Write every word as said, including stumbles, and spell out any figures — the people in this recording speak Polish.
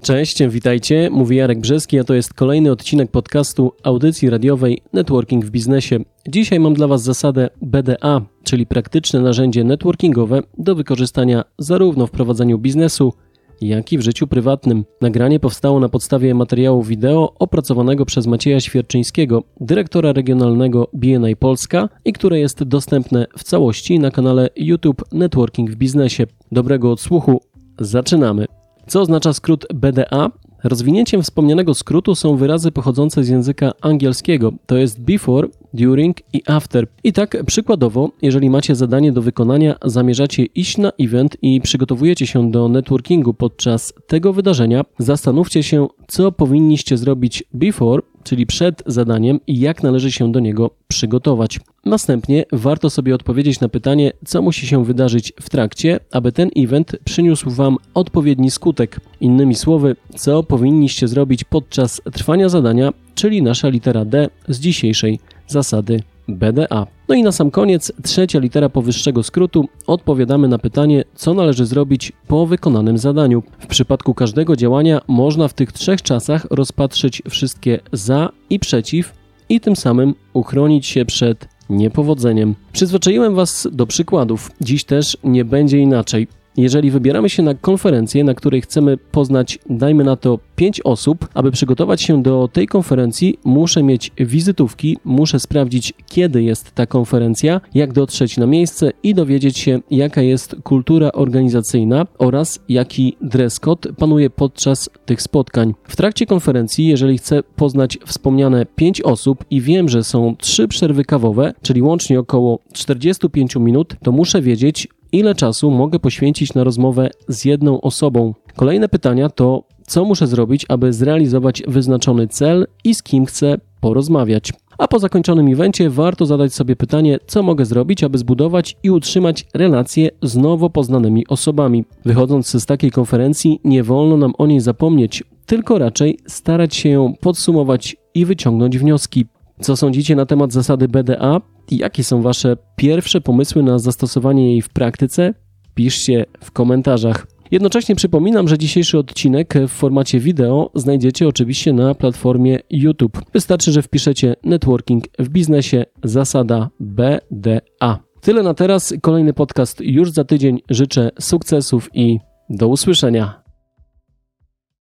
Cześć, witajcie, mówi Jarek Brzeski, a to jest kolejny odcinek podcastu audycji radiowej Networking w biznesie. Dzisiaj mam dla Was zasadę B D A, czyli praktyczne narzędzie networkingowe do wykorzystania zarówno w prowadzeniu biznesu, jak i w życiu prywatnym. Nagranie powstało na podstawie materiału wideo opracowanego przez Macieja Świerczyńskiego, dyrektora regionalnego B N I Polska i które jest dostępne w całości na kanale YouTube Networking w biznesie. Dobrego odsłuchu, zaczynamy. Co oznacza skrót B D A? Rozwinięciem wspomnianego skrótu są wyrazy pochodzące z języka angielskiego, to jest before, during i after. I tak przykładowo, jeżeli macie zadanie do wykonania, zamierzacie iść na event i przygotowujecie się do networkingu podczas tego wydarzenia, zastanówcie się, co powinniście zrobić before, czyli przed zadaniem i jak należy się do niego przygotować. Następnie warto sobie odpowiedzieć na pytanie, co musi się wydarzyć w trakcie, aby ten event przyniósł Wam odpowiedni skutek. Innymi słowy, co powinniście zrobić podczas trwania zadania, czyli nasza litera D z dzisiejszej zasady B D A. No i na sam koniec, trzecia litera powyższego skrótu, odpowiadamy na pytanie, co należy zrobić po wykonanym zadaniu. W przypadku każdego działania można w tych trzech czasach rozpatrzyć wszystkie za i przeciw i tym samym uchronić się przed niepowodzeniem. Przyzwyczaiłem Was do przykładów. Dziś też nie będzie inaczej. Jeżeli wybieramy się na konferencję, na której chcemy poznać, dajmy na to, pięć osób, aby przygotować się do tej konferencji, muszę mieć wizytówki, muszę sprawdzić, kiedy jest ta konferencja, jak dotrzeć na miejsce i dowiedzieć się, jaka jest kultura organizacyjna oraz jaki dress code panuje podczas tych spotkań. W trakcie konferencji, jeżeli chcę poznać wspomniane pięć osób i wiem, że są trzy przerwy kawowe, czyli łącznie około czterdzieści pięć minut, to muszę wiedzieć, ile czasu mogę poświęcić na rozmowę z jedną osobą. Kolejne pytania to, co muszę zrobić, aby zrealizować wyznaczony cel i z kim chcę porozmawiać. A po zakończonym evencie warto zadać sobie pytanie, co mogę zrobić, aby zbudować i utrzymać relacje z nowo poznanymi osobami. Wychodząc z takiej konferencji, nie wolno nam o niej zapomnieć, tylko raczej starać się ją podsumować i wyciągnąć wnioski. Co sądzicie na temat zasady B D A? I jakie są Wasze pierwsze pomysły na zastosowanie jej w praktyce? Piszcie w komentarzach. Jednocześnie przypominam, że dzisiejszy odcinek w formacie wideo znajdziecie oczywiście na platformie YouTube. Wystarczy, że wpiszecie networking w biznesie, zasada B D A. Tyle na teraz. Kolejny podcast już za tydzień. Życzę sukcesów i do usłyszenia.